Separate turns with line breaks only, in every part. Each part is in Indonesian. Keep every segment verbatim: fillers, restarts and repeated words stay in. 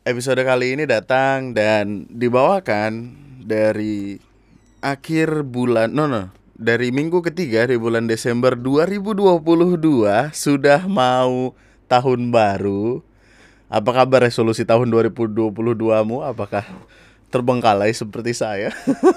Episode kali ini datang dan dibawakan dari akhir bulan no no dari minggu ketiga di bulan Desember dua ribu dua puluh dua. Sudah mau tahun baru. Apa kabar resolusi tahun dua ribu dua puluh dua-mu? Apakah terbengkalai seperti saya?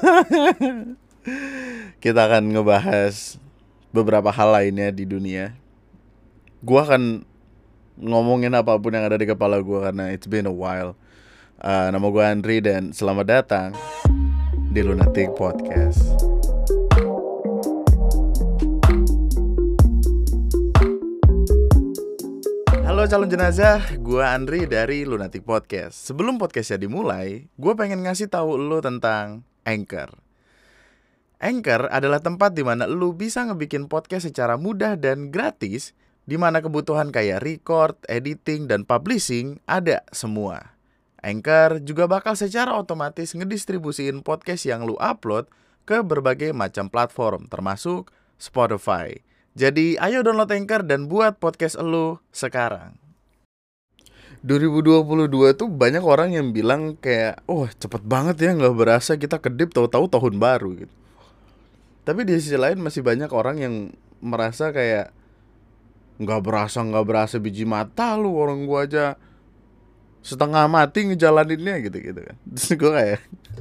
Kita akan ngebahas beberapa hal lainnya di dunia. Gua akan ngomongin apapun yang ada di kepala gue karena it's been a while. uh, Nama gue Andri dan selamat datang di Lunatic Podcast. Halo calon jenazah, gue Andri dari Lunatic Podcast. Sebelum podcastnya dimulai, gue pengen ngasih tahu lo tentang Anchor. Anchor adalah tempat di mana lo bisa ngebikin podcast secara mudah dan gratis, di mana kebutuhan kayak record, editing, dan publishing ada semua. Anchor juga bakal secara otomatis ngedistribusiin podcast yang lu upload ke berbagai macam platform, termasuk Spotify. Jadi ayo download Anchor dan buat podcast lu sekarang. dua ribu dua puluh dua tuh banyak orang yang bilang kayak, oh cepet banget ya, gak berasa kita kedip tahu-tahu tahun baru gitu. Tapi di sisi lain masih banyak orang yang merasa kayak Nggak berasa, nggak berasa biji mata lu, orang gua aja setengah mati ngejalaninnya gitu-gitu kan. Terus gua kayak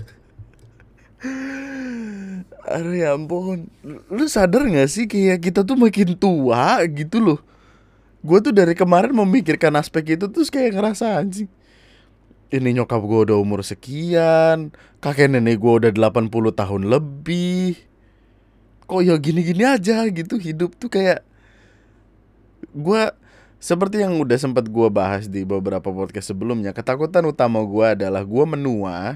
aduh ya ampun. Lu sadar gak sih kayak kita tuh makin tua gitu loh. Gua tuh dari kemarin memikirkan aspek itu terus kayak ngerasa anjing, ini nyokap gua udah umur sekian, kakek nenek gua udah delapan puluh tahun lebih, kok ya gini-gini aja gitu hidup tuh. Kayak gue, seperti yang udah sempat gue bahas di beberapa podcast sebelumnya, ketakutan utama gue adalah gue menua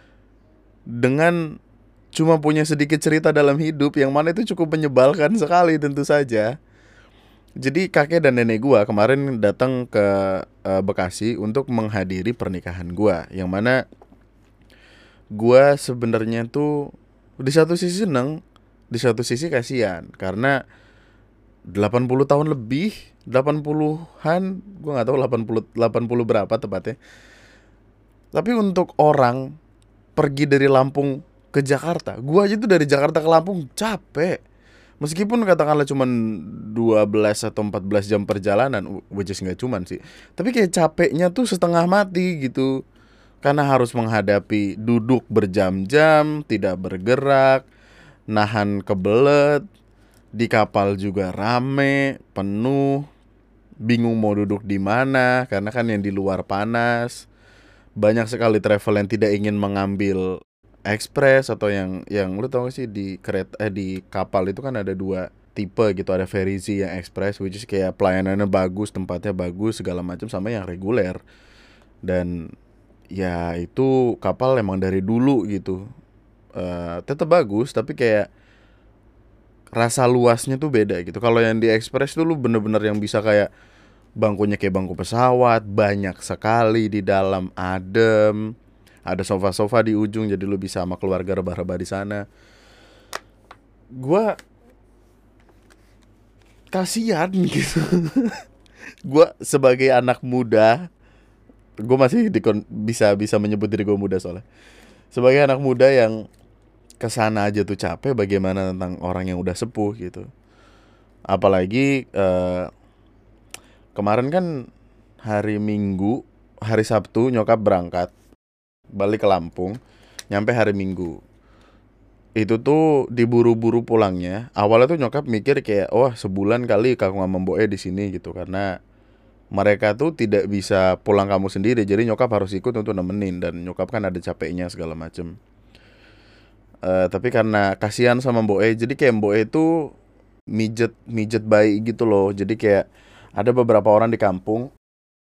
dengan cuma punya sedikit cerita dalam hidup, yang mana itu cukup menyebalkan sekali tentu saja. Jadi kakek dan nenek gue kemarin datang ke uh, Bekasi untuk menghadiri pernikahan gue, yang mana gue sebenarnya tuh di satu sisi seneng, di satu sisi kasihan, karena delapan puluh tahun lebih, delapan puluhan, gue gak tahu delapan puluh, delapan puluh berapa tepatnya. Tapi untuk orang pergi dari Lampung ke Jakarta, gue aja tuh dari Jakarta ke Lampung capek. Meskipun katakanlah cuma dua belas atau empat belas jam perjalanan, which is gak cuman sih, tapi kayak capeknya tuh setengah mati gitu. Karena harus menghadapi duduk berjam-jam, tidak bergerak, nahan kebelet. Di kapal juga rame, penuh, bingung mau duduk di mana karena kan yang di luar panas. Banyak sekali travel yang tidak ingin mengambil ekspres atau yang yang lu tau gak sih di kereta eh di kapal itu kan ada dua tipe gitu, ada Ferizi yang ekspres, which is kayak pelayanannya bagus, tempatnya bagus segala macam, sama yang reguler. Dan ya itu kapal emang dari dulu gitu, uh, tetap bagus tapi kayak rasa luasnya tuh beda gitu. Kalau yang di Express tuh lu bener-bener yang bisa kayak bangkunya kayak bangku pesawat, banyak sekali di dalam, adem, ada sofa-sofa di ujung jadi lu bisa sama keluarga rebah-rebah di sana. Gua kasihan gitu. Gua sebagai anak muda, gua masih dikon- bisa bisa menyebut diri gua muda soalnya. Sebagai anak muda yang kesana aja tuh capek, bagaimana tentang orang yang udah sepuh gitu. Apalagi uh, kemarin kan hari Minggu, hari Sabtu nyokap berangkat balik ke Lampung, nyampe hari Minggu. Itu tuh diburu-buru pulangnya. Awalnya tuh nyokap mikir kayak, wah sebulan kali kakak sama Mbok E di sini gitu, karena mereka tuh tidak bisa pulang kamu sendiri, jadi nyokap harus ikut untuk nemenin, dan nyokap kan ada capeknya segala macem. Uh, tapi karena kasihan sama Mbok E, jadi kayak Mbok E itu mijet mijet bayi gitu loh. Jadi kayak ada beberapa orang di kampung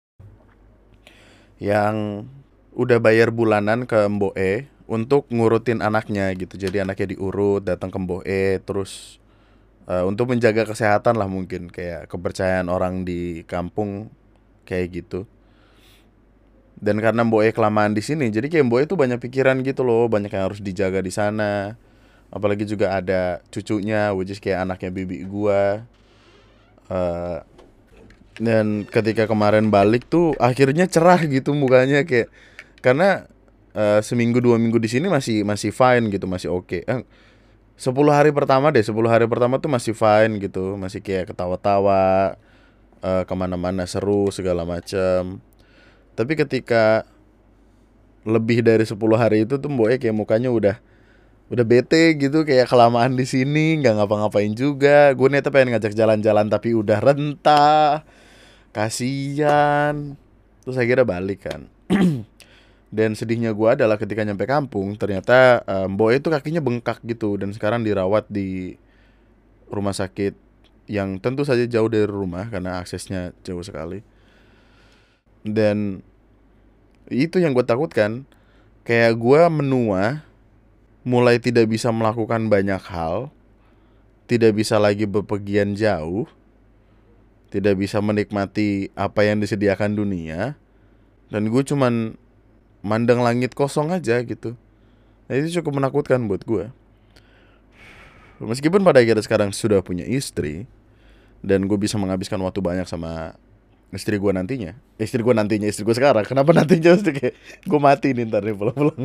yang udah bayar bulanan ke Mbok E untuk ngurutin anaknya gitu. Jadi anaknya diurut, datang ke Mbok E, terus uh, untuk menjaga kesehatan lah mungkin, kayak kepercayaan orang di kampung kayak gitu. Dan karena Mbok E kelamaan di sini, jadi kayak Mbok E tuh banyak pikiran gitu loh, banyak yang harus dijaga di sana. Apalagi juga ada cucunya, which is kayak anaknya bibi gua. Uh, Dan ketika kemarin balik tuh akhirnya cerah gitu mukanya kayak, karena uh, seminggu dua minggu di sini masih masih fine gitu, masih oke. Okay. Eh, sepuluh hari pertama deh, sepuluh hari pertama tuh masih fine gitu, masih kayak ketawa-tawa, uh, kemana-mana seru segala macam. Tapi ketika lebih dari sepuluh hari itu tuh mboknya kayak mukanya udah udah bete gitu, kayak kelamaan di sini nggak ngapa-ngapain juga. Gue nih pengen ngajak jalan-jalan tapi udah rentah, kasian. Terus akhirnya balik kan. Dan sedihnya gue adalah ketika nyampe kampung ternyata um, mbok itu kakinya bengkak gitu dan sekarang dirawat di rumah sakit yang tentu saja jauh dari rumah karena aksesnya jauh sekali. Dan itu yang gue takutkan, kayak gue menua, mulai tidak bisa melakukan banyak hal, tidak bisa lagi bepergian jauh, tidak bisa menikmati apa yang disediakan dunia, dan gue cuman mandang langit kosong aja gitu. Nah itu cukup menakutkan buat gue. Meskipun pada akhirnya sekarang sudah punya istri dan gue bisa menghabiskan waktu banyak sama istri gue nantinya. Istri gue nantinya, istri gue sekarang. Kenapa nantinya? Mesti kayak gue mati nih ntar nih pulang-pulang.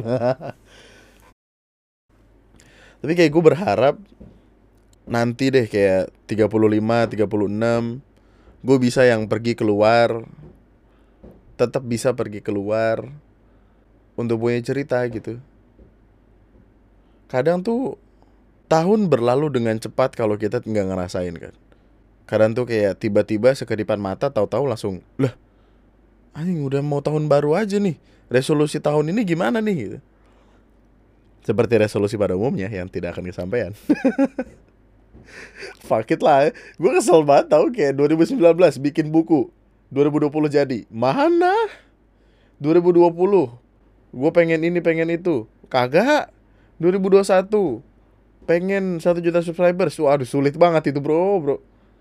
Tapi kayak gue berharap nanti deh kayak tiga puluh lima, tiga puluh enam gue bisa yang pergi keluar, tetap bisa pergi keluar untuk punya cerita gitu. Kadang tuh tahun berlalu dengan cepat kalau kita nggak ngerasain kan. Kadang tuh kayak tiba-tiba sekedipan mata tahu-tahu langsung, lah anjing udah mau tahun baru aja nih, resolusi tahun ini gimana nih gitu. Seperti resolusi pada umumnya yang tidak akan kesampaian. Fuck it lah, gue kesel banget tau kayak dua ribu sembilan belas bikin buku, dua ribu dua puluh jadi, mana? dua ribu dua puluh gue pengen ini pengen itu, kagak. dua ribu dua puluh satu pengen satu juta subscribers, waduh sulit banget itu bro bro.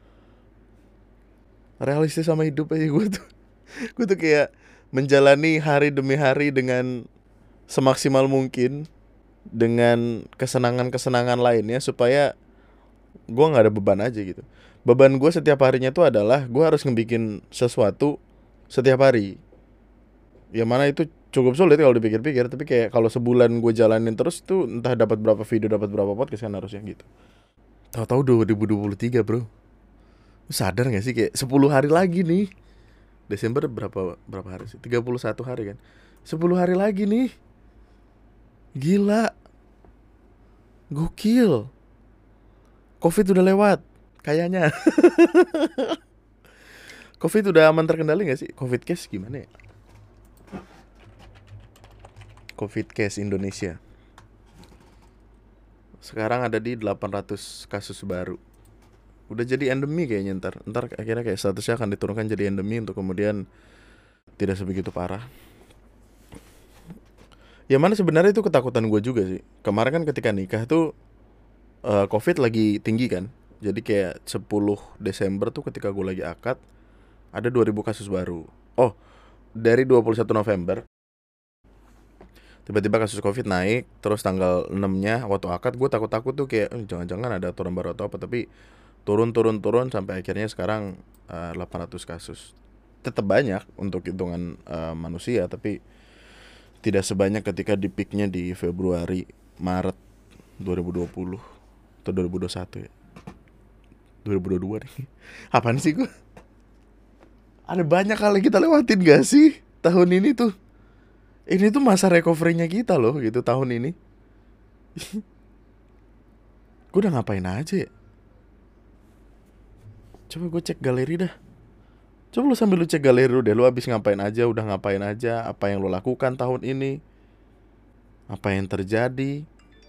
Realistis sama hidup aja gue tuh. Gue tuh kayak menjalani hari demi hari dengan semaksimal mungkin, dengan kesenangan-kesenangan lainnya supaya gue nggak ada beban aja gitu. Beban gue setiap harinya tuh adalah gue harus ngebikin sesuatu setiap hari. Yang mana itu cukup sulit kalau dipikir-pikir, tapi kayak kalau sebulan gue jalanin terus tuh entah dapat berapa video, dapat berapa podcast kan harusnya gitu. Tahu-tahu dua ribu dua puluh tiga bro. Lu sadar gak sih kayak sepuluh hari lagi nih. Desember berapa berapa hari sih? tiga puluh satu hari kan. sepuluh hari lagi nih. Gila. Gokil. Covid udah lewat kayaknya. Covid udah aman terkendali gak sih? Covid case gimana ya? Covid case Indonesia sekarang ada di delapan ratus kasus baru. Udah jadi endemi kayaknya ntar. Ntar akhirnya kayak statusnya akan diturunkan jadi endemi untuk kemudian tidak sebegitu parah. Ya mana sebenarnya itu ketakutan gue juga sih. Kemarin kan ketika nikah tuh uh, Covid lagi tinggi kan. Jadi kayak sepuluh Desember tuh ketika gue lagi akad ada dua ribu kasus baru. Oh, dari dua puluh satu November tiba-tiba kasus Covid naik. Terus tanggal enam-nya waktu akad gue takut-takut tuh kayak eh, jangan-jangan ada aturan baru atau apa. Tapi turun-turun-turun sampai akhirnya sekarang uh, delapan ratus kasus. Tetap banyak untuk hitungan uh, manusia, tapi tidak sebanyak ketika di peaknya di Februari Maret dua ribu dua puluh atau dua ribu dua puluh satu ya. dua ribu dua puluh dua nih. Apaan sih gue? Ada banyak kali kita lewatin gak sih tahun ini tuh. Ini tuh masa recovery-nya kita loh gitu tahun ini. Gue udah ngapain aja ya? Coba gue cek galeri dah. Coba lu sambil lu cek galeri lu deh. Lu abis ngapain aja, udah ngapain aja, apa yang lu lakukan tahun ini, apa yang terjadi.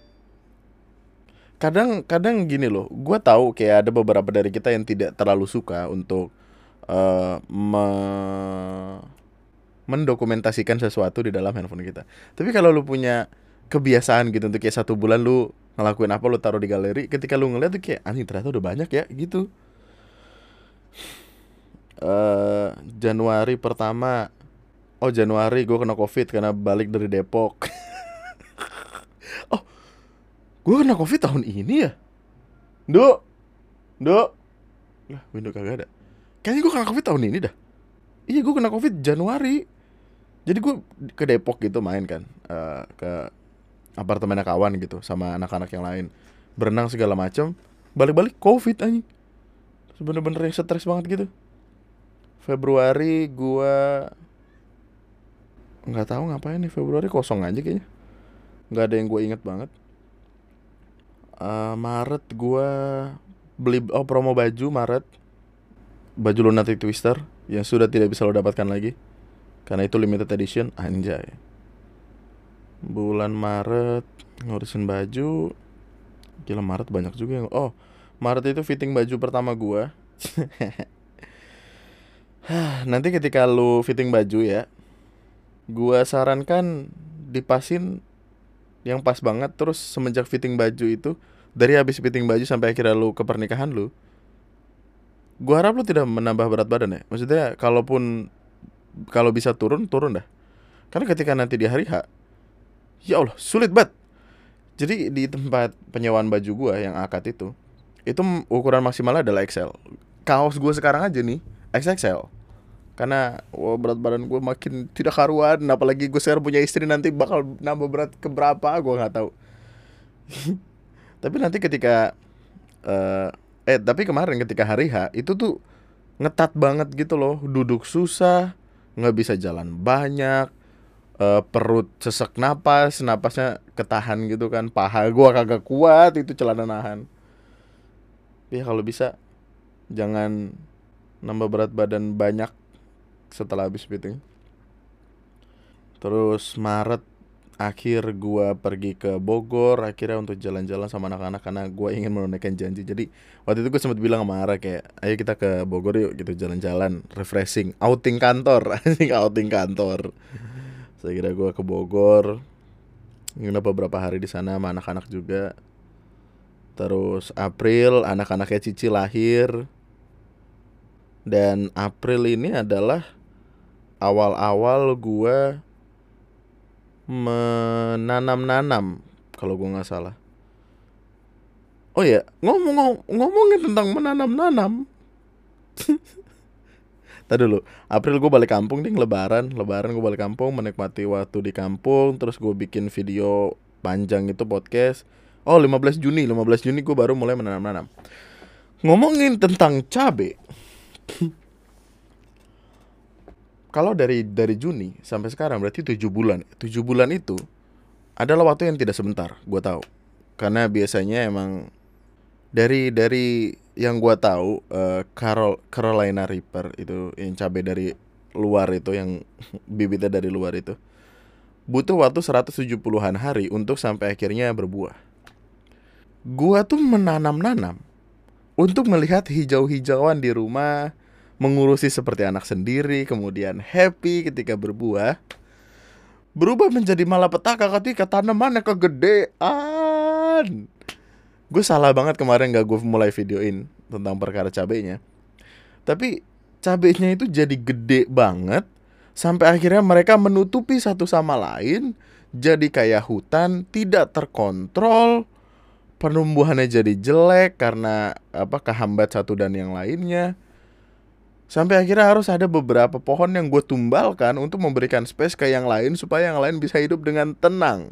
Kadang kadang gini loh, gue tahu kayak ada beberapa dari kita yang tidak terlalu suka untuk uh, me- mendokumentasikan sesuatu di dalam handphone kita. Tapi kalau lu punya kebiasaan gitu untuk kayak satu bulan lu ngelakuin apa lu taruh di galeri, ketika lu ngeliat tuh kayak anjing ternyata udah banyak ya gitu. Uh, Januari pertama, oh Januari gue kena Covid karena balik dari Depok. Oh, gue kena Covid tahun ini ya? Duk, Duk. Lah, window kagak ada. Kayaknya gue kena covid tahun ini dah. Iya, gue kena covid Januari. Jadi gue ke Depok gitu main kan, uh, ke apartemennya kawan gitu sama anak-anak yang lain, berenang segala macam. Balik-balik covid anjing. Bener-bener yang stres banget gitu. Februari gue nggak tahu ngapain nih. Februari kosong aja kayaknya, nggak ada yang gue inget banget. uh, Maret gue beli oh promo baju Maret, baju Lunatic Twister yang sudah tidak bisa lo dapatkan lagi karena itu limited edition. Anjay. Bulan Maret ngurusin baju. Gila, Maret banyak juga yang... Oh, Maret itu fitting baju pertama gua. Nanti ketika lu fitting baju ya, gua sarankan dipasin yang pas banget. Terus semenjak fitting baju itu, dari habis fitting baju sampai akhirnya lu ke pernikahan lu, gua harap lu tidak menambah berat badan ya. Maksudnya kalaupun kalau bisa turun, turun dah. Karena ketika nanti di hari H, ya Allah, sulit banget. Jadi di tempat penyewaan baju gua yang akad itu, itu ukuran maksimalnya adalah X L. Kaos gua sekarang aja nih X X L. Karena wah, berat badan gua makin tidak karuan. Apalagi gue sekarang punya istri, nanti bakal nambah berat ke berapa gua nggak tahu. Tapi nanti ketika uh, eh tapi kemarin ketika hari H itu tuh ngetat banget gitu loh. Duduk susah, nggak bisa jalan banyak, uh, perut sesek napas, napasnya ketahan gitu kan, paha gua kagak kuat itu celana nahan. Ya kalau bisa jangan nambah berat badan banyak setelah habis fitting. Terus Maret akhir gua pergi ke Bogor akhirnya untuk jalan-jalan sama anak-anak karena gua ingin menunaikan janji. Jadi waktu itu gue sempat bilang sama Ara kayak, ayo kita ke Bogor yuk gitu, jalan-jalan, refreshing, outing kantor. Outing kantor. Saya kira gue ke Bogor, nginep beberapa hari di sana sama anak-anak juga. Terus April anak-anaknya Cici lahir. Dan April ini adalah awal-awal gue menanam-nanam kalau gue nggak salah. Oh ya, ngomong ngomongin tentang menanam-nanam. Tadi dulu, April gue balik kampung deh, lebaran, lebaran gue balik kampung, menikmati waktu di kampung, terus gue bikin video panjang itu podcast. Oh, lima belas Juni, lima belas Juni gue baru mulai menanam-nanam. Ngomongin tentang cabe. Kalau dari dari Juni sampai sekarang berarti tujuh bulan. tujuh bulan itu adalah waktu yang tidak sebentar, gue tahu. Karena biasanya emang dari dari yang gue tahu, uh, Carol, Carolina Reaper itu yang cabai dari luar itu, yang bibitnya dari luar itu, butuh waktu seratus tujuh puluhan hari untuk sampai akhirnya berbuah. Gue tuh menanam-nanam untuk melihat hijau-hijauan di rumah, mengurusi seperti anak sendiri, kemudian happy ketika berbuah, berubah menjadi malapetaka ketika tanamannya kegedean. Gue salah banget kemarin gak gue mulai videoin tentang perkara cabenya. Tapi cabenya itu jadi gede banget sampai akhirnya mereka menutupi satu sama lain, jadi kayak hutan, tidak terkontrol. Penumbuhannya jadi jelek karena apa, kehambat satu dan yang lainnya. Sampai akhirnya harus ada beberapa pohon yang gue tumbalkan untuk memberikan space ke yang lain supaya yang lain bisa hidup dengan tenang.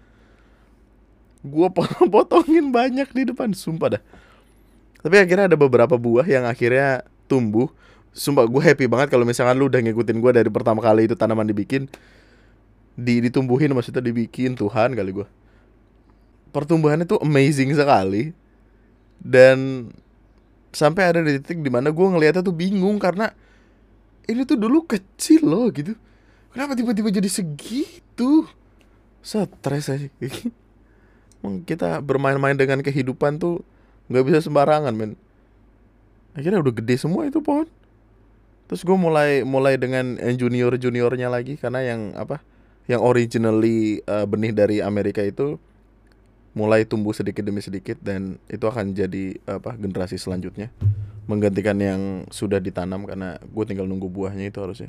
Gue potong-potongin banyak di depan, sumpah dah. Tapi akhirnya ada beberapa buah yang akhirnya tumbuh. Sumpah gue happy banget kalau misalkan lu udah ngikutin gue dari pertama kali itu tanaman dibikin, di ditumbuhin, maksudnya dibikin, Tuhan kali gue. Pertumbuhannya tuh amazing sekali. Dan sampai ada di titik dimana gue ngeliatnya tuh bingung karena ini tuh dulu kecil loh gitu. Kenapa tiba-tiba jadi segitu? Stres aja. Kita bermain-main dengan kehidupan tuh nggak bisa sembarangan, men. Akhirnya udah gede semua itu pohon. Terus gue mulai mulai dengan junior juniornya lagi karena yang apa, yang originally uh, benih dari Amerika itu mulai tumbuh sedikit demi sedikit, dan itu akan jadi apa, generasi selanjutnya menggantikan yang sudah ditanam, karena gue tinggal nunggu buahnya itu harusnya.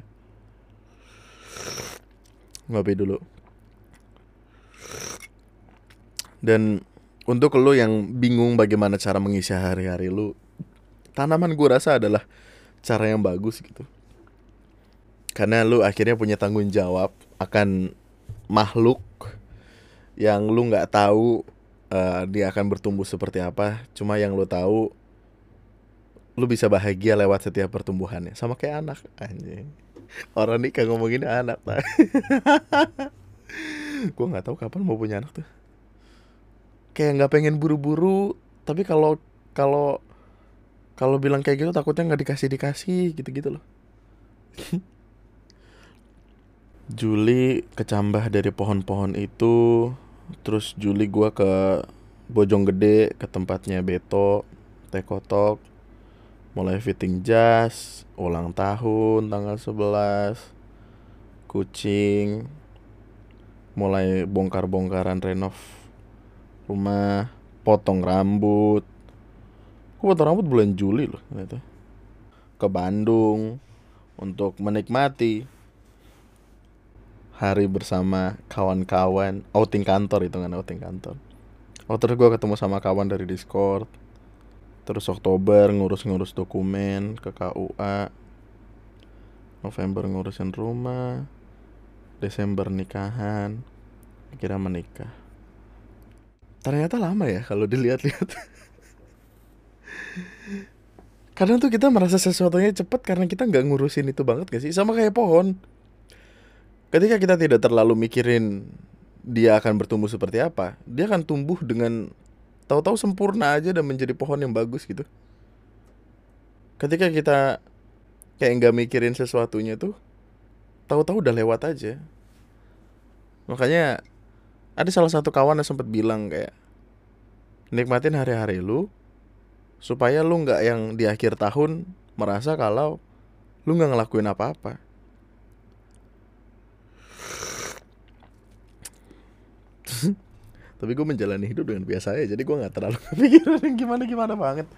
Ngopi dulu. Dan untuk lo yang bingung bagaimana cara mengisi hari-hari lo, tanaman gue rasa adalah cara yang bagus gitu. Karena lu akhirnya punya tanggung jawab akan makhluk yang lu nggak tahu uh, dia akan bertumbuh seperti apa. Cuma yang lu tahu, lu bisa bahagia lewat setiap pertumbuhannya. Sama kayak anak, anjing. Orang nikah ngomongin anak, nah. Gue nggak tahu kapan mau punya anak tuh. Kayak nggak pengen buru-buru, tapi kalau kalau kalau bilang kayak gitu takutnya nggak dikasih dikasih gitu-gitu loh. Juli kecambah dari pohon-pohon itu. Terus Juli gua ke Bojonggede, ke tempatnya Beto, Teh Kotok. Mulai fitting jas, ulang tahun tanggal sebelas. Kucing. Mulai bongkar-bongkaran renov rumah, potong rambut. Gua potong rambut bulan Juli loh gitu. Ke Bandung untuk menikmati hari bersama kawan-kawan, outing kantor, itu kan outing kantor. Oh, terus gue ketemu sama kawan dari Discord. Terus Oktober ngurus-ngurus dokumen ke K U A. November ngurusin rumah. Desember nikahan. Kira menikah. Ternyata lama ya kalau dilihat-lihat. Kadang tuh kita merasa sesuatunya cepat karena kita nggak ngurusin itu banget gak sih? Sama kayak pohon. Ketika kita tidak terlalu mikirin dia akan bertumbuh seperti apa, dia akan tumbuh dengan tahu-tahu sempurna aja dan menjadi pohon yang bagus gitu. Ketika kita kayak nggak mikirin sesuatunya tuh, tahu-tahu udah lewat aja. Makanya ada salah satu kawan yang sempat bilang kayak, nikmatin hari-hari lu supaya lu nggak yang di akhir tahun merasa kalau lu nggak ngelakuin apa-apa. Tapi gue menjalani hidup dengan biasa aja, jadi gue nggak terlalu kepikiran yang gimana-gimana banget.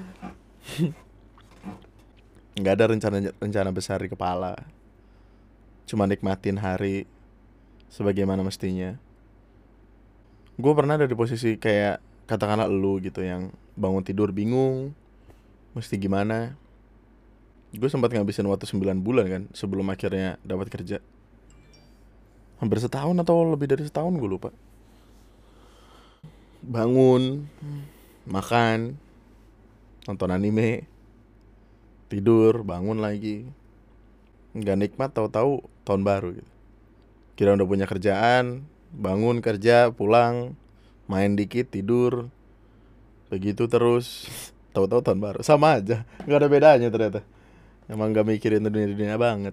Nggak ada rencana-rencana besar di kepala. Cuma nikmatin hari sebagaimana mestinya. Gue pernah ada di posisi kayak katakanlah elu gitu, yang bangun tidur bingung mesti gimana. Gue sempat ngabisin waktu sembilan bulan kan sebelum akhirnya dapat kerja. Hampir setahun atau lebih dari setahun, gue lupa. Bangun, makan, nonton anime, tidur, bangun lagi. Nggak nikmat, tahu-tahu tahun baru gitu. Kira udah punya kerjaan, bangun kerja, pulang, main dikit, tidur. Begitu terus, tahu-tahu tahun baru. Sama aja, nggak ada bedanya ternyata. Emang nggak mikirin dunia-dunia banget.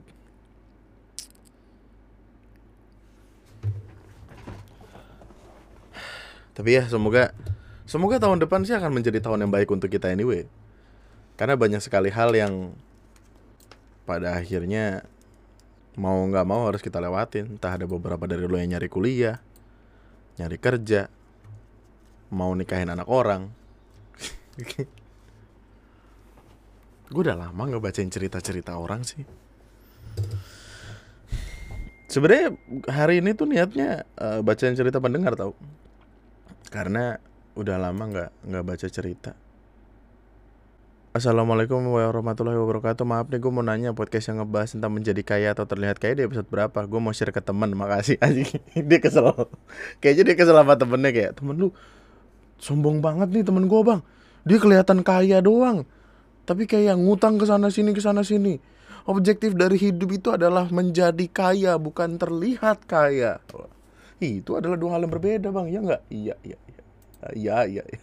Tapi ya semoga Semoga tahun depan sih akan menjadi tahun yang baik untuk kita anyway. Karena banyak sekali hal yang pada akhirnya mau gak mau harus kita lewatin. Entah ada beberapa dari lo yang nyari kuliah, nyari kerja, mau nikahin anak orang. Gue udah lama gak bacain cerita-cerita orang sih. Sebenarnya hari ini tuh niatnya uh, bacain cerita pendengar tau. Karena udah lama nggak nggak baca cerita. Assalamualaikum warahmatullahi wabarakatuh. Maaf nih, gue mau nanya, podcast yang ngebahas tentang menjadi kaya atau terlihat kaya di episode berapa? Gue mau share ke teman. Makasih. Anjing. Dia kesel. Kayaknya dia kesel sama temennya, kayak, temen lu sombong banget nih temen gue bang. Dia kelihatan kaya doang, tapi kayak ngutang ke sana sini ke sana sini. Objektif dari hidup itu adalah menjadi kaya, bukan terlihat kaya. Itu adalah dua hal yang berbeda bang, ya nggak? Iya iya iya iya iya. iya.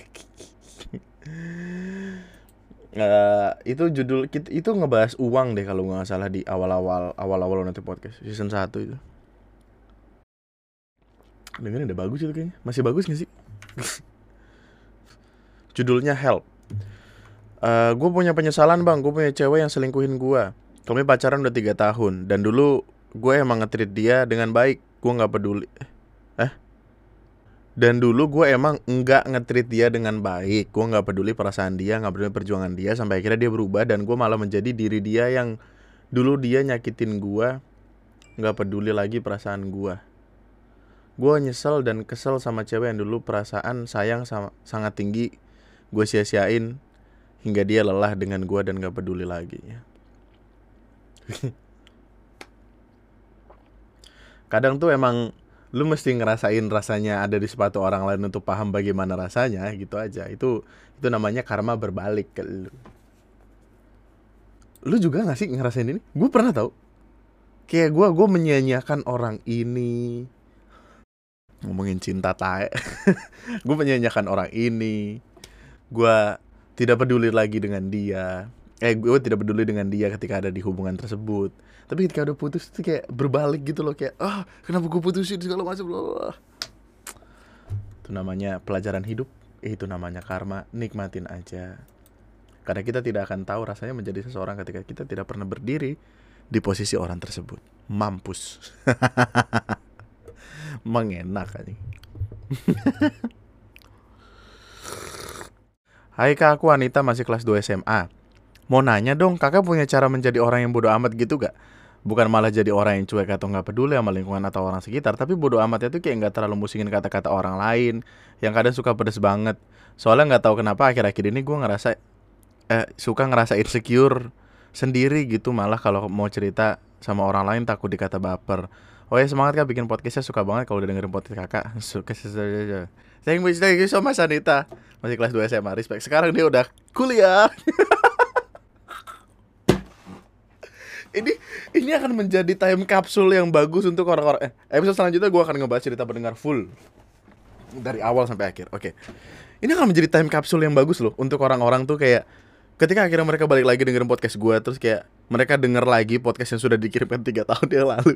uh, itu judul itu ngebahas uang deh kalau nggak salah di awal-awal awal-awal nanti podcast season satu itu. Dengerin udah bagus itu kayaknya, masih bagus nggak sih? Judulnya Help. Uh, gue punya penyesalan bang, gue punya cewek yang selingkuhin gue. Kami pacaran udah tiga tahun dan dulu gue emang nge-treat dia dengan baik. Gue gak peduli Eh Dan dulu gue emang enggak nge-treat dia dengan baik. Gue gak peduli perasaan dia, gak peduli perjuangan dia. Sampai akhirnya dia berubah dan gue malah menjadi diri dia yang dulu dia nyakitin gue. Gak peduli lagi perasaan gue. Gue nyesel dan kesel sama cewek yang dulu perasaan sayang sama, sangat tinggi gue sia-siain hingga dia lelah dengan gue dan gak peduli lagi. Kadang tuh emang lu mesti ngerasain rasanya ada di sepatu orang lain untuk paham bagaimana rasanya, gitu aja. Itu itu namanya karma berbalik ke lu. Lu juga gak sih ngerasain ini? Gue pernah tau. Kayak gue gue menyia-nyiakan orang ini. Ngomongin cinta tae. Gue menyia-nyiakan orang ini. Gue tidak peduli lagi dengan dia. Eh gue tidak peduli dengan dia ketika ada di hubungan tersebut. Tapi ketika udah putus itu kayak berbalik gitu loh. Kayak ah kenapa gue putusin segala macam loh. Itu namanya pelajaran hidup. Itu namanya karma. Nikmatin aja. Karena kita tidak akan tahu rasanya menjadi seseorang ketika kita tidak pernah berdiri di posisi orang tersebut. Mampus. Mengenak aja. Hai kak, aku Anita, masih kelas dua S M A. Mau nanya dong, kakak punya cara menjadi orang yang bodoh amat gitu gak? Bukan malah jadi orang yang cuek atau gak peduli sama lingkungan atau orang sekitar, tapi bodoh amatnya tuh kayak gak terlalu musingin kata-kata orang lain, yang kadang suka pedes banget. Soalnya gak tahu kenapa akhir-akhir ini gue ngerasa eh, suka ngerasa insecure sendiri gitu. Malah kalau mau cerita sama orang lain takut dikata baper. Oh ya semangat kak bikin podcastnya, suka banget kalau udah dengerin podcast kakak. Suka saja. Thank you so much Anita. Masih kelas dua S M A, respect. Sekarang dia udah kuliah. Ini ini akan menjadi time capsule yang bagus untuk orang-orang. Eh, episode selanjutnya gue akan ngebahas cerita pendengar full dari awal sampai akhir. Oke. Ini akan menjadi time capsule yang bagus loh untuk orang-orang tuh kayak ketika akhirnya mereka balik lagi dengerin podcast gue, terus kayak mereka denger lagi podcast yang sudah dikirimkan tiga tahun yang lalu.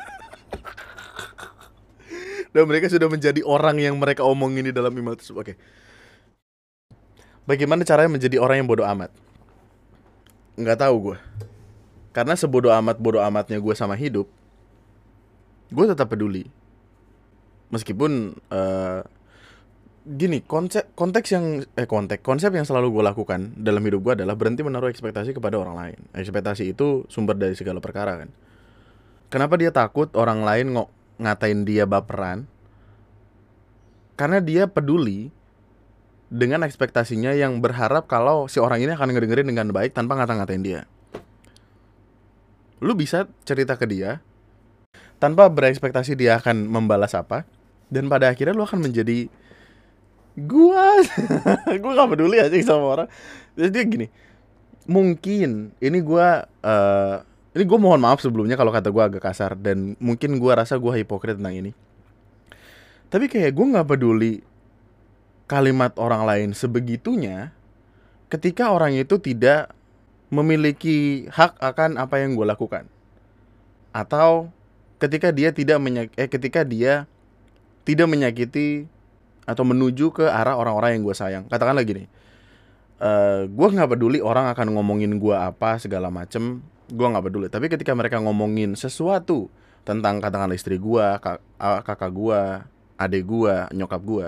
Dan mereka sudah menjadi orang yang mereka omongin di dalam email tersebut. Oke. Bagaimana caranya menjadi orang yang bodoh amat? Nggak tahu gue. Karena sebodoh amat bodoh amatnya gue sama hidup, gue tetap peduli. Meskipun uh, gini, konsep konteks yang eh konteks konsep yang selalu gue lakukan dalam hidup gue adalah berhenti menaruh ekspektasi kepada orang lain. Ekspektasi itu sumber dari segala perkara kan. Kenapa dia takut orang lain ng- ngatain dia baperan? Karena dia peduli dengan ekspektasinya yang berharap kalau si orang ini akan ngedengerin dengan baik tanpa ngata-ngatain dia. Lu bisa cerita ke dia tanpa berekspektasi dia akan membalas apa, dan pada akhirnya lu akan menjadi gua. Gua gak peduli aja sama orang. Jadi gini, mungkin ini gua uh, ini gua mohon maaf sebelumnya kalau kata gua agak kasar, dan mungkin gua rasa gua hipokrit tentang ini. Tapi kayak gua gak peduli kalimat orang lain sebegitunya ketika orang itu tidak memiliki hak akan apa yang gue lakukan, atau ketika dia tidak menyak- eh ketika dia tidak menyakiti atau menuju ke arah orang-orang yang gue sayang. Katakanlah gini, uh, gue nggak peduli orang akan ngomongin gue apa segala macem, gue nggak peduli. Tapi ketika mereka ngomongin sesuatu tentang katakanlah istri gue, kak- kakak gue, adik gue, nyokap gue,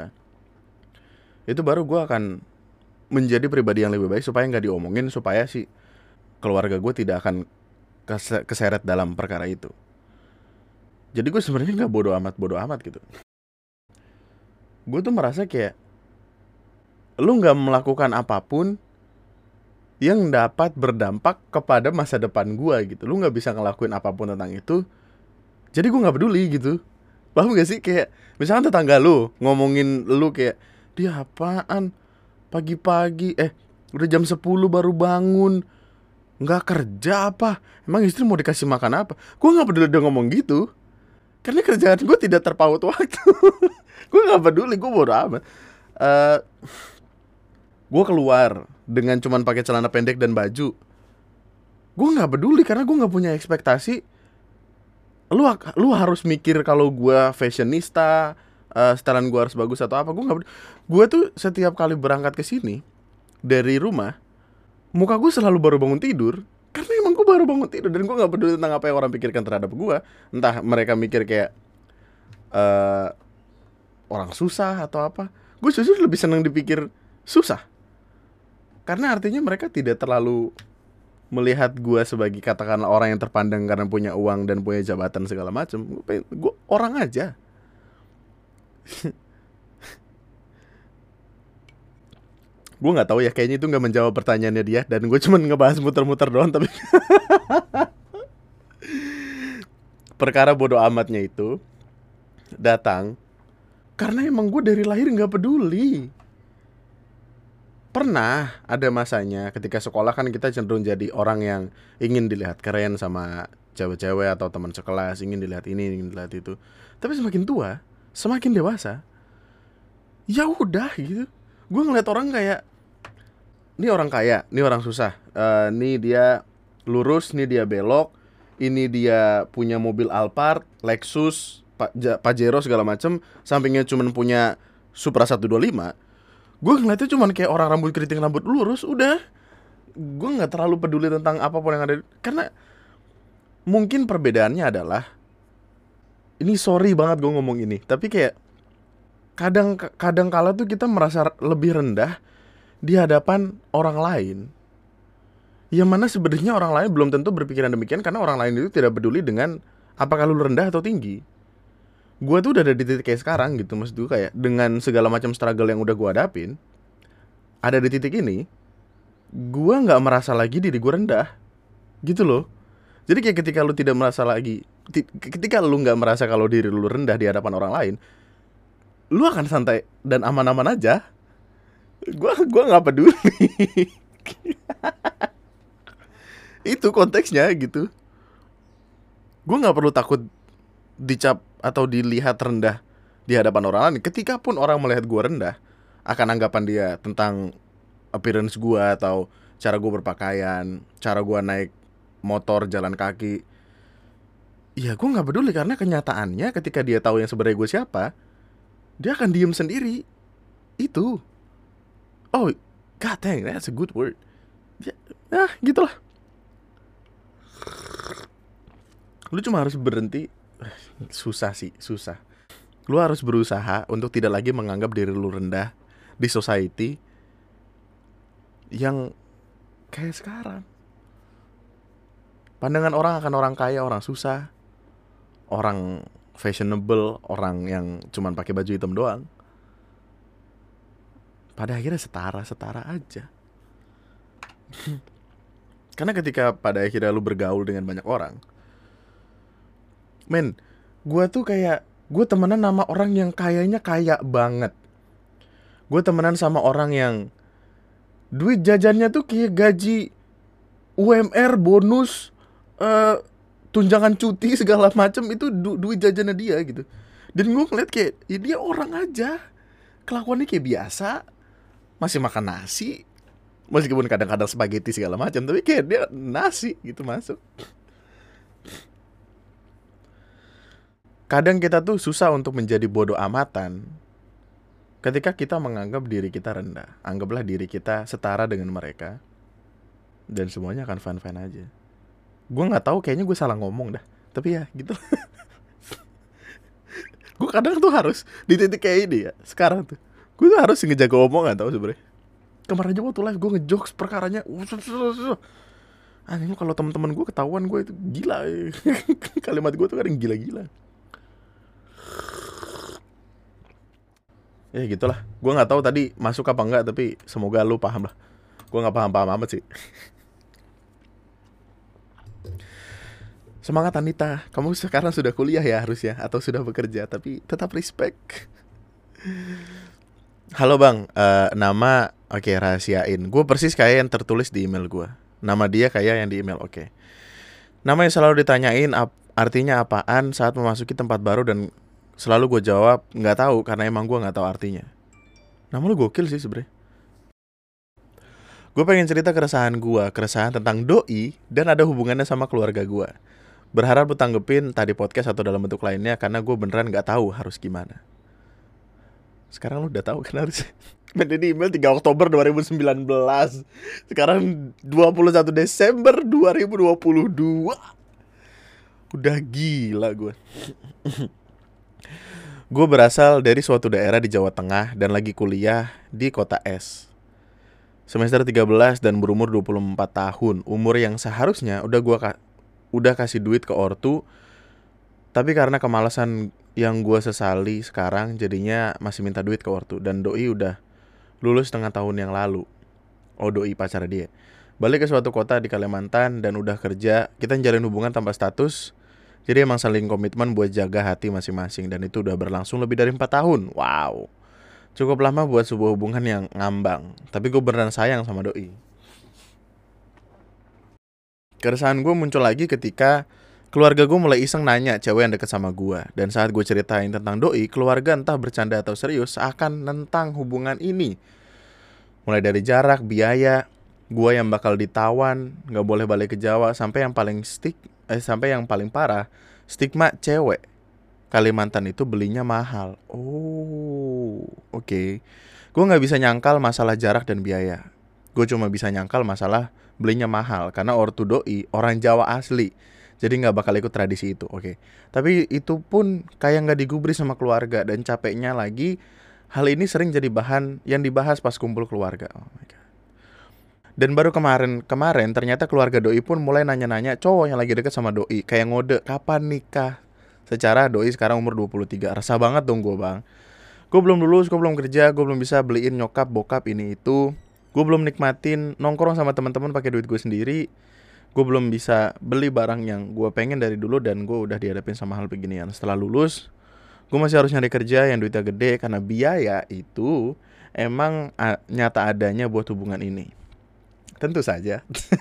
itu baru gue akan menjadi pribadi yang lebih baik supaya nggak diomongin, supaya si keluarga gue tidak akan keseret dalam perkara itu. Jadi gue sebenarnya nggak bodoh amat bodoh amat gitu. Gue tuh merasa kayak lu nggak melakukan apapun yang dapat berdampak kepada masa depan gue gitu. Lu nggak bisa ngelakuin apapun tentang itu. Jadi gue nggak peduli gitu. Paham gak sih? Kayak misalkan tetangga lu ngomongin lu kayak, dia apaan pagi-pagi eh udah jam sepuluh baru bangun, nggak kerja apa? Emang istri mau dikasih makan apa? Gue nggak peduli dia ngomong gitu, karena kerjaan gue tidak terpaut waktu. Gue nggak peduli, gue bodo amat. Uh, gue keluar dengan cuman pakai celana pendek dan baju, gue nggak peduli karena gue nggak punya ekspektasi. Lu lu harus mikir kalau gue fashionista, uh, setelan gue harus bagus atau apa. Gue nggak peduli. Gue tuh setiap kali berangkat ke sini dari rumah, muka gue selalu baru bangun tidur, karena emang gue baru bangun tidur. Dan gue gak peduli tentang apa yang orang pikirkan terhadap gue. Entah mereka mikir kayak uh, orang susah atau apa. Gue justru lebih senang dipikir susah, karena artinya mereka tidak terlalu melihat gue sebagai katakanlah orang yang terpandang karena punya uang dan punya jabatan segala macam. Gue orang aja. Gue nggak tahu ya, kayaknya itu nggak menjawab pertanyaannya dia, dan gue cuman ngebahas muter-muter doang. Tapi perkara bodoh amatnya itu datang karena emang gue dari lahir nggak peduli. Pernah ada masanya ketika sekolah kan kita cenderung jadi orang yang ingin dilihat keren sama cewek-cewek atau teman sekelas, ingin dilihat ini, ingin dilihat itu. Tapi semakin tua, semakin dewasa, ya udah gitu. Gue ngeliat orang kayak, ini orang kaya, ini orang susah, uh, ini dia lurus, ini dia belok, ini dia punya mobil Alphard, Lexus, Pa- Ja- Pajero segala macem, sampingnya cuman punya Supra seratus dua puluh lima. Gue ngeliatnya cuman kayak orang rambut keriting rambut lurus, udah. Gue nggak terlalu peduli tentang apapun yang ada, karena mungkin perbedaannya adalah, ini sorry banget gue ngomong ini, tapi kayak kadang kadang kala tuh kita merasa lebih rendah di hadapan orang lain, yang mana sebenarnya orang lain belum tentu berpikiran demikian, karena orang lain itu tidak peduli dengan apakah lu rendah atau tinggi. Gue tuh udah ada di titik kayak sekarang gitu, maksud gue kayak dengan segala macam struggle yang udah gue hadapin, ada di titik ini, gue nggak merasa lagi diri gue rendah, gitu loh. Jadi kayak ketika lu tidak merasa lagi, ti- ketika lu nggak merasa kalau diri lu rendah di hadapan orang lain, lu akan santai dan aman-aman aja. Gue gua nggak peduli. Itu konteksnya gitu. Gue nggak perlu takut dicap atau dilihat rendah di hadapan orang lain. Ketika pun orang melihat gue rendah, akan anggapan dia tentang appearance gue atau cara gue berpakaian, cara gue naik motor, jalan kaki, ya gue nggak peduli, karena kenyataannya ketika dia tahu yang sebenarnya gue siapa, dia akan diem sendiri. Itu, oh god dang, that's a good word. Ya, nah gitulah. Lu cuma harus berhenti. Susah sih, susah. Lu harus berusaha untuk tidak lagi menganggap diri lu rendah di society yang kayak sekarang. Pandangan orang akan orang kaya, orang susah, orang fashionable, orang yang cuman pakai baju hitam doang, pada akhirnya setara-setara aja. Karena ketika pada akhirnya lu bergaul dengan banyak orang, men, gue tuh kayak, gue temenan sama orang yang kayaknya kaya banget. Gue temenan sama orang yang duit jajannya tuh kayak gaji U M R, bonus, uh, tunjangan cuti segala macem itu du- duit jajannya dia gitu. Dan gue ngeliat kayak, ya dia orang aja, kelakuannya kayak biasa, masih makan nasi, meskipun kadang-kadang spaghetti segala macam, tapi kayak dia nasi gitu masuk. Kadang kita tuh susah untuk menjadi bodoh amatan ketika kita menganggap diri kita rendah. Anggaplah diri kita setara dengan mereka, dan semuanya akan fine-fine aja. Gue nggak tahu, kayaknya gue salah ngomong dah, tapi ya gitu. Gue kadang tuh harus di titik kayak ini ya, sekarang tuh gue tuh harus ngejaga omongan, tau sebenernya. Kemarin aja waktu live gue ngejokes perkaranya, anjing, kalau teman-teman gue ketahuan gue itu gila. Kalimat gue tuh kadang gila-gila. Ya gitulah. Gue nggak tahu tadi masuk apa enggak, tapi semoga lu paham lah. Gue nggak paham-paham amat sih. Semangat Anita, kamu sekarang sudah kuliah ya harusnya, atau sudah bekerja, tapi tetap respect. Halo bang, uh, nama oke okay, rahasiain. Gue persis kayak yang tertulis di email gue. Nama dia kayak yang di email, oke. Okay. Nama yang selalu ditanyain ap- artinya apaan saat memasuki tempat baru, dan selalu gue jawab nggak tahu karena emang gue nggak tahu artinya. Nama lu gokil sih sebenernya. Gue pengen cerita keresahan gue, keresahan tentang doi dan ada hubungannya sama keluarga gue. Berharap lu tanggepin tadi podcast atau dalam bentuk lainnya, karena gue beneran nggak tahu harus gimana. Sekarang lu udah tahu kan harus. Men, ini email tiga Oktober dua ribu sembilan belas. Sekarang dua puluh satu Desember dua ribu dua puluh dua. Udah gila gue. Gue berasal dari suatu daerah di Jawa Tengah dan lagi kuliah di kota S. Semester tiga belas dan berumur dua puluh empat tahun. Umur yang seharusnya udah gue ka- udah kasih duit ke ortu, tapi karena kemalasan yang gue sesali sekarang, jadinya masih minta duit ke ortu. Dan doi udah lulus setengah tahun yang lalu. Oh, doi pacar dia. Balik ke suatu kota di Kalimantan dan udah kerja, kita jalin hubungan tanpa status. Jadi emang saling komitmen buat jaga hati masing-masing dan itu udah berlangsung lebih dari empat tahun. Wow. Cukup lama buat sebuah hubungan yang ngambang. Tapi gue beneran sayang sama doi. Keresahan gue muncul lagi ketika keluarga gue mulai iseng nanya cewek yang deket sama gue. Dan saat gue ceritain tentang doi, keluarga entah bercanda atau serius akan nentang hubungan ini. Mulai dari jarak, biaya, gue yang bakal ditawan, gak boleh balik ke Jawa, sampai yang paling stik, eh sampai yang paling parah, stigma cewek Kalimantan itu belinya mahal. Oh, oke. Okay. Gue nggak bisa nyangkal masalah jarak dan biaya. Gue cuma bisa nyangkal masalah belinya mahal karena ortu doi orang Jawa asli. Jadi nggak bakal ikut tradisi itu, oke. Okay. Tapi itu pun kayak nggak digubris sama keluarga dan capeknya lagi. Hal ini sering jadi bahan yang dibahas pas kumpul keluarga. Oh my God. Dan baru kemarin-kemarin ternyata keluarga doi pun mulai nanya-nanya cowok yang lagi deket sama doi. Kayak ngode, kapan nikah? Secara doi sekarang umur dua puluh tiga. Resah banget dong gue bang. Gue belum lulus, gue belum kerja, gue belum bisa beliin nyokap, bokap ini itu. Gue belum nikmatin nongkrong sama teman-teman pakai duit gue sendiri. Gue belum bisa beli barang yang gue pengen dari dulu dan gue udah dihadapin sama hal beginian. Setelah lulus, gue masih harus nyari kerja yang duitnya gede karena biaya itu emang a- nyata adanya buat hubungan ini. Tentu saja.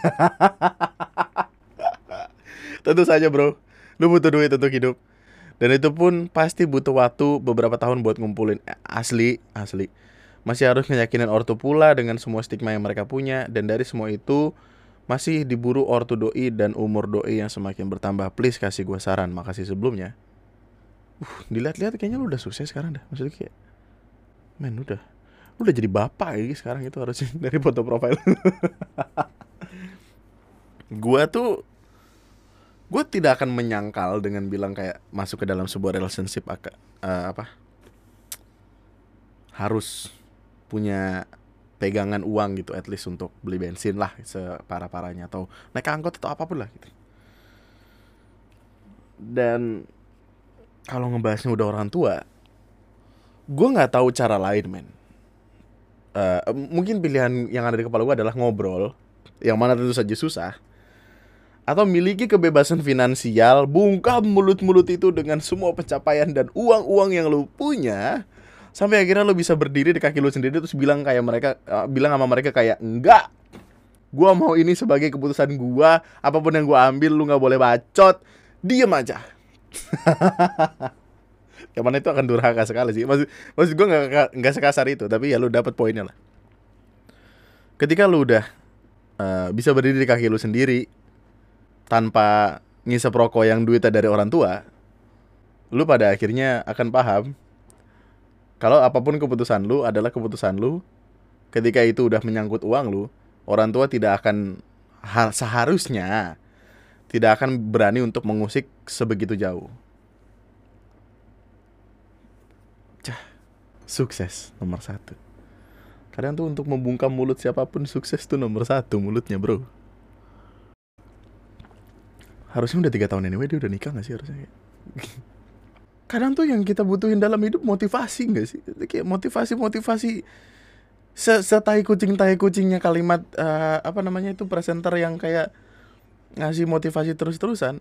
Tentu saja bro. Lu butuh duit untuk hidup. Dan itu pun pasti butuh waktu beberapa tahun buat ngumpulin. Asli, asli. Masih harus ngeyakinin ortu pula dengan semua stigma yang mereka punya. Dan dari semua itu masih diburu ortu doi dan umur doi yang semakin bertambah. Please kasih gue saran, makasih sebelumnya. Uh, dilihat-lihat kayaknya lu udah sukses sekarang dah. Maksudnya kayak, men udah, lu udah jadi bapak ya sekarang itu harusnya dari foto profil. Gua tuh, gue tidak akan menyangkal dengan bilang kayak masuk ke dalam sebuah relationship aka, uh, apa harus punya pegangan uang gitu, at least untuk beli bensin lah separah-parahnya atau naik angkot atau apapun lah gitu. Dan kalau ngebahasnya udah orang tua, gue nggak tahu cara lain men. Uh, mungkin pilihan yang ada di kepala gue adalah ngobrol, yang mana tentu saja susah. Atau miliki kebebasan finansial, bungkam mulut-mulut itu dengan semua pencapaian dan uang-uang yang lu punya, sampai akhirnya lu bisa berdiri di kaki lu sendiri terus bilang kayak mereka, uh, bilang sama mereka kayak enggak, gua mau ini sebagai keputusan gua, apapun yang gua ambil lu nggak boleh bacot, diem aja. Yang mana itu akan durhaka sekali sih. Maksud, maksud gua nggak nggak sekasar itu, tapi ya lu dapat poinnya lah. Ketika lu udah uh, bisa berdiri di kaki lu sendiri tanpa ngisep rokok yang duitnya dari orang tua, lu pada akhirnya akan paham kalau apapun keputusan lu adalah keputusan lu. Ketika itu udah menyangkut uang lu, orang tua tidak akan seharusnya tidak akan berani untuk mengusik sebegitu jauh. Cah, sukses nomor satu. Kadang tuh untuk membungkam mulut siapapun sukses tuh nomor satu mulutnya bro. Harusnya udah tiga tahun anyway, dia udah nikah gak sih harusnya? Kadang tuh yang kita butuhin dalam hidup motivasi gak sih? Kayak motivasi-motivasi setai kucing-tai kucingnya kalimat uh, apa namanya itu presenter yang kayak ngasih motivasi terus-terusan.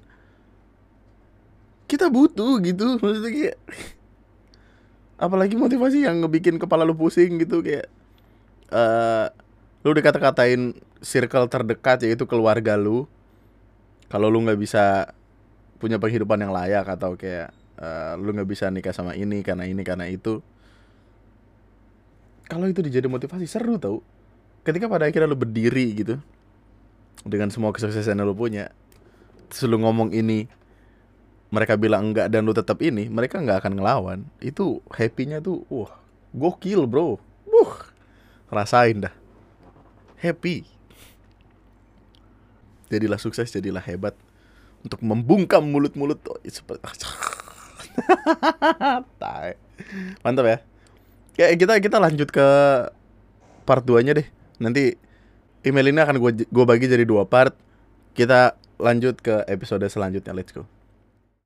Kita butuh gitu, maksudnya kayak apalagi motivasi yang ngebikin kepala lu pusing gitu kayak uh, lu dikata-katain circle terdekat yaitu keluarga lu. Kalau lu nggak bisa punya penghidupan yang layak atau kayak uh, lu nggak bisa nikah sama ini karena ini karena itu, kalau itu dijadi motivasi seru tau. Ketika pada akhirnya lu berdiri gitu dengan semua kesuksesan yang lu punya, terus lu ngomong ini, mereka bilang enggak dan lu tetap ini, mereka nggak akan ngelawan. Itu happy-nya tuh, wah gokil bro, wuh rasain dah, happy. Jadilah sukses, jadilah hebat untuk membungkam mulut-mulut. Mantap ya. Kayak kita kita lanjut ke part dua-nya deh. Nanti email ini akan gue gue bagi jadi dua part. Kita lanjut ke episode selanjutnya. Let's go.